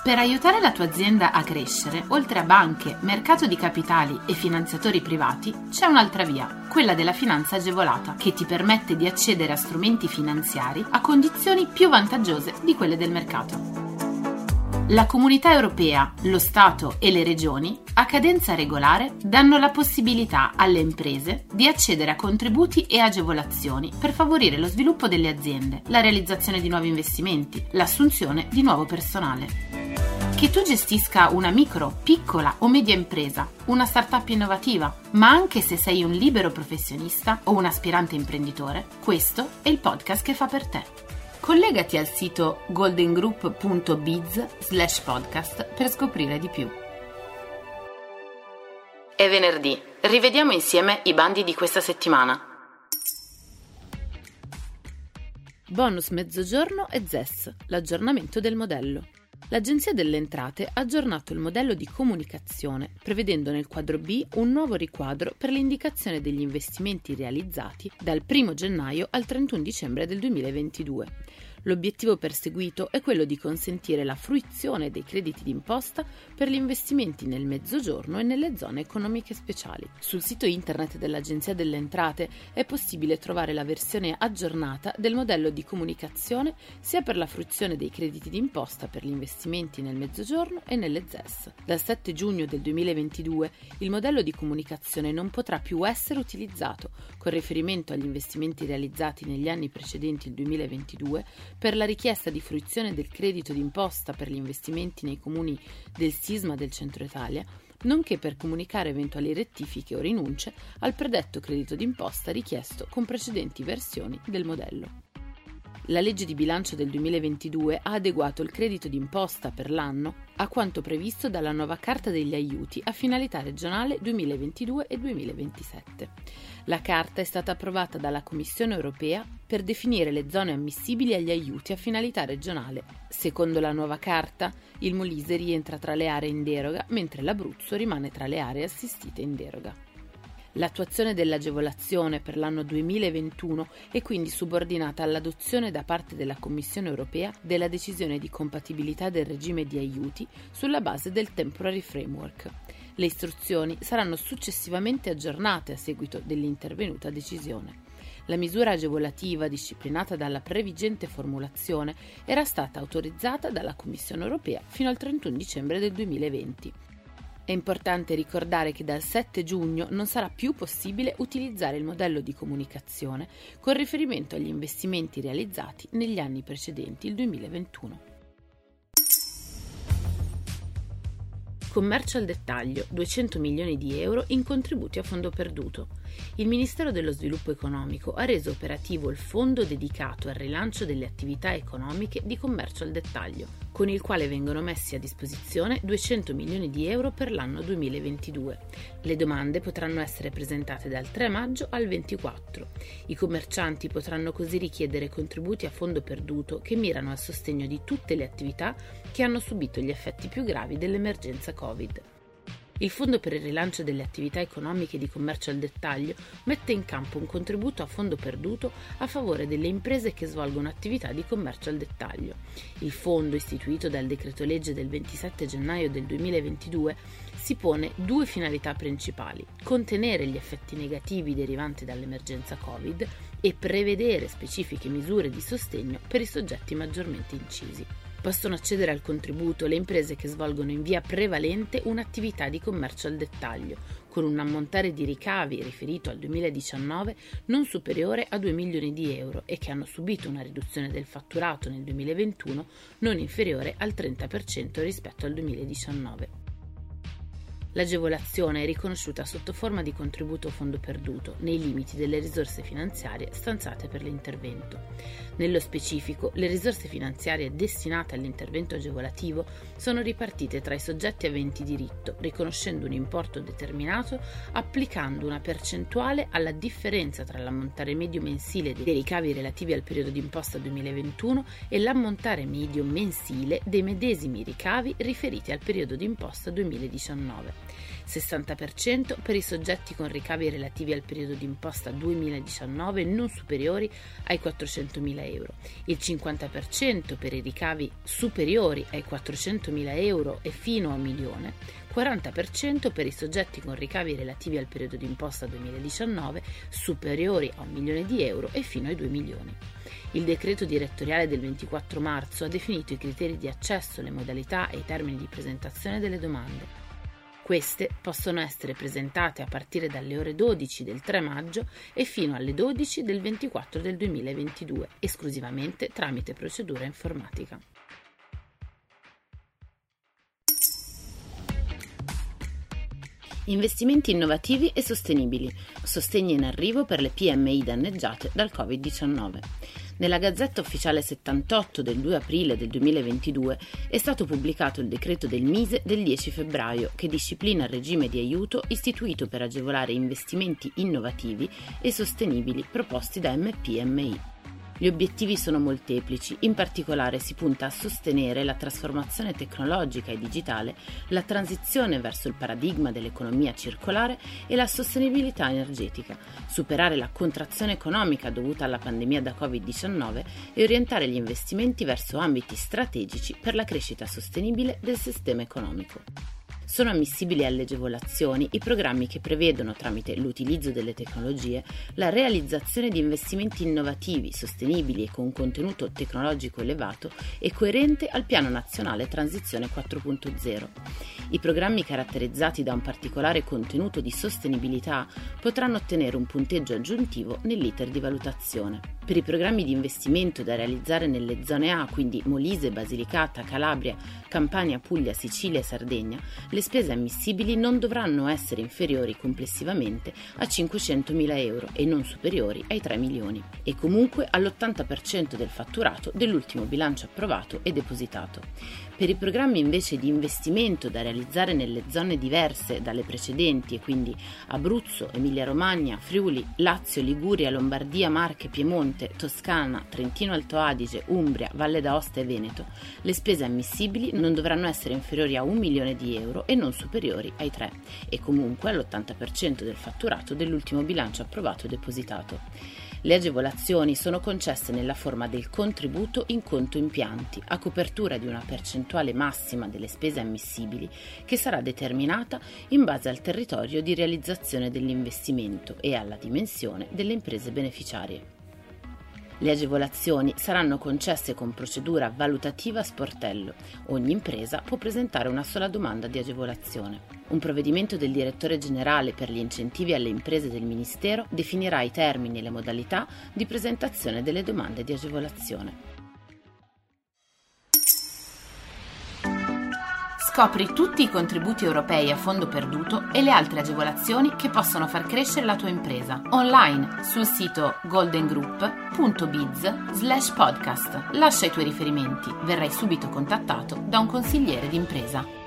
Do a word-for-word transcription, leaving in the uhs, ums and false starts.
Per aiutare la tua azienda a crescere, oltre a banche, mercato di capitali e finanziatori privati, c'è un'altra via, quella della finanza agevolata, che ti permette di accedere a strumenti finanziari a condizioni più vantaggiose di quelle del mercato. La Comunità Europea, lo Stato e le Regioni, a cadenza regolare, danno la possibilità alle imprese di accedere a contributi e agevolazioni per favorire lo sviluppo delle aziende, la realizzazione di nuovi investimenti, l'assunzione di nuovo personale. Che tu gestisca una micro, piccola o media impresa, una startup innovativa, ma anche se sei un libero professionista o un aspirante imprenditore, questo è il podcast che fa per te. Collegati al sito goldengroup punto biz slash podcast per scoprire di più. È venerdì, rivediamo insieme i bandi di questa settimana. Bonus Mezzogiorno e Z E S, l'aggiornamento del modello. L'Agenzia delle Entrate ha aggiornato il modello di comunicazione, prevedendo nel quadro B un nuovo riquadro per l'indicazione degli investimenti realizzati dal primo gennaio al trentuno dicembre del duemilaventidue. L'obiettivo perseguito è quello di consentire la fruizione dei crediti d'imposta per gli investimenti nel Mezzogiorno e nelle zone economiche speciali. Sul sito internet dell'Agenzia delle Entrate è possibile trovare la versione aggiornata del modello di comunicazione sia per la fruizione dei crediti d'imposta per gli investimenti nel Mezzogiorno e nelle Z E S. Dal sette giugno del duemilaventidue il modello di comunicazione non potrà più essere utilizzato con riferimento agli investimenti realizzati negli anni precedenti il duemilaventidue per la richiesta di fruizione del credito d'imposta per gli investimenti nei comuni del sisma del centro Italia, nonché per comunicare eventuali rettifiche o rinunce al predetto credito d'imposta richiesto con precedenti versioni del modello. La legge di bilancio del duemilaventidue ha adeguato il credito d'imposta per l'anno a quanto previsto dalla nuova Carta degli aiuti a finalità regionale duemilaventidue e duemilaventisette. La carta è stata approvata dalla Commissione europea per definire le zone ammissibili agli aiuti a finalità regionale. Secondo la nuova carta, il Molise rientra tra le aree in deroga, mentre l'Abruzzo rimane tra le aree assistite in deroga. L'attuazione dell'agevolazione per l'anno duemilaventuno è quindi subordinata all'adozione da parte della Commissione europea della decisione di compatibilità del regime di aiuti sulla base del Temporary Framework. Le istruzioni saranno successivamente aggiornate a seguito dell'intervenuta decisione. La misura agevolativa disciplinata dalla previgente formulazione era stata autorizzata dalla Commissione europea fino al trentuno dicembre del duemilaventi. È importante ricordare che dal sette giugno non sarà più possibile utilizzare il modello di comunicazione con riferimento agli investimenti realizzati negli anni precedenti il duemilaventuno. Commercio al dettaglio, duecento milioni di euro in contributi a fondo perduto. Il Ministero dello Sviluppo Economico ha reso operativo il fondo dedicato al rilancio delle attività economiche di commercio al dettaglio, con il quale vengono messi a disposizione duecento milioni di euro per l'anno duemilaventidue. Le domande potranno essere presentate dal tre maggio al ventiquattro. I commercianti potranno così richiedere contributi a fondo perduto che mirano al sostegno di tutte le attività che hanno subito gli effetti più gravi dell'emergenza Covid. Il Fondo per il rilancio delle attività economiche di commercio al dettaglio mette in campo un contributo a fondo perduto a favore delle imprese che svolgono attività di commercio al dettaglio. Il fondo, istituito dal decreto legge del ventisette gennaio del duemilaventidue, si pone due finalità principali: contenere gli effetti negativi derivanti dall'emergenza Covid e prevedere specifiche misure di sostegno per i soggetti maggiormente incisi. Possono accedere al contributo le imprese che svolgono in via prevalente un'attività di commercio al dettaglio, con un ammontare di ricavi riferito al duemiladiciannove non superiore a due milioni di euro e che hanno subito una riduzione del fatturato nel duemilaventuno non inferiore al trenta per cento rispetto al duemiladiciannove. L'agevolazione è riconosciuta sotto forma di contributo a fondo perduto, nei limiti delle risorse finanziarie stanziate per l'intervento. Nello specifico, le risorse finanziarie destinate all'intervento agevolativo sono ripartite tra i soggetti aventi diritto, riconoscendo un importo determinato, applicando una percentuale alla differenza tra l'ammontare medio mensile dei ricavi relativi al periodo d'imposta duemilaventuno e l'ammontare medio mensile dei medesimi ricavi riferiti al periodo d'imposta duemiladiciannove. sessanta per cento per i soggetti con ricavi relativi al periodo d'imposta duemiladiciannove non superiori ai quattrocentomila euro, il cinquanta per cento per i ricavi superiori ai quattrocentomila euro e fino a un milione, quaranta per cento per i soggetti con ricavi relativi al periodo d'imposta duemiladiciannove superiori a un milione di euro e fino ai due milioni. Il decreto direttoriale del ventiquattro marzo ha definito i criteri di accesso, le modalità e i termini di presentazione delle domande. Queste possono essere presentate a partire dalle ore dodici del tre maggio e fino alle dodici del ventiquattro del duemilaventidue, esclusivamente tramite procedura informatica. Investimenti innovativi e sostenibili, sostegni in arrivo per le P M I danneggiate dal covid diciannove. Nella Gazzetta Ufficiale settantotto del due aprile del duemilaventidue è stato pubblicato il decreto del Mise del dieci febbraio che disciplina il regime di aiuto istituito per agevolare investimenti innovativi e sostenibili proposti da M P M I. Gli obiettivi sono molteplici, in particolare si punta a sostenere la trasformazione tecnologica e digitale, la transizione verso il paradigma dell'economia circolare e la sostenibilità energetica, superare la contrazione economica dovuta alla pandemia da covid diciannove e orientare gli investimenti verso ambiti strategici per la crescita sostenibile del sistema economico. Sono ammissibili alle agevolazioni i programmi che prevedono, tramite l'utilizzo delle tecnologie, la realizzazione di investimenti innovativi, sostenibili e con contenuto tecnologico elevato e coerente al Piano Nazionale Transizione quattro punto zero. I programmi caratterizzati da un particolare contenuto di sostenibilità potranno ottenere un punteggio aggiuntivo nell'iter di valutazione. Per i programmi di investimento da realizzare nelle zone A, quindi Molise, Basilicata, Calabria, Campania, Puglia, Sicilia e Sardegna, le spese ammissibili non dovranno essere inferiori complessivamente a cinquecentomila euro e non superiori ai tre milioni, e comunque all'ottanta per cento del fatturato dell'ultimo bilancio approvato e depositato. Per i programmi invece di investimento da realizzare nelle zone diverse dalle precedenti, e quindi Abruzzo, Emilia-Romagna, Friuli, Lazio, Liguria, Lombardia, Marche, Piemonte, Toscana, Trentino Alto Adige, Umbria, Valle d'Aosta e Veneto, le spese ammissibili non dovranno essere inferiori a un milione di euro e non superiori ai tre, e comunque all'ottanta per cento del fatturato dell'ultimo bilancio approvato e depositato. Le agevolazioni sono concesse nella forma del contributo in conto impianti, a copertura di una percentuale massima delle spese ammissibili, che sarà determinata in base al territorio di realizzazione dell'investimento e alla dimensione delle imprese beneficiarie. Le agevolazioni saranno concesse con procedura valutativa a sportello. Ogni impresa può presentare una sola domanda di agevolazione. Un provvedimento del direttore generale per gli incentivi alle imprese del Ministero definirà i termini e le modalità di presentazione delle domande di agevolazione. Scopri tutti i contributi europei a fondo perduto e le altre agevolazioni che possono far crescere la tua impresa online sul sito goldengroup punto biz slash podcast. Lascia i tuoi riferimenti, verrai subito contattato da un consigliere d'impresa.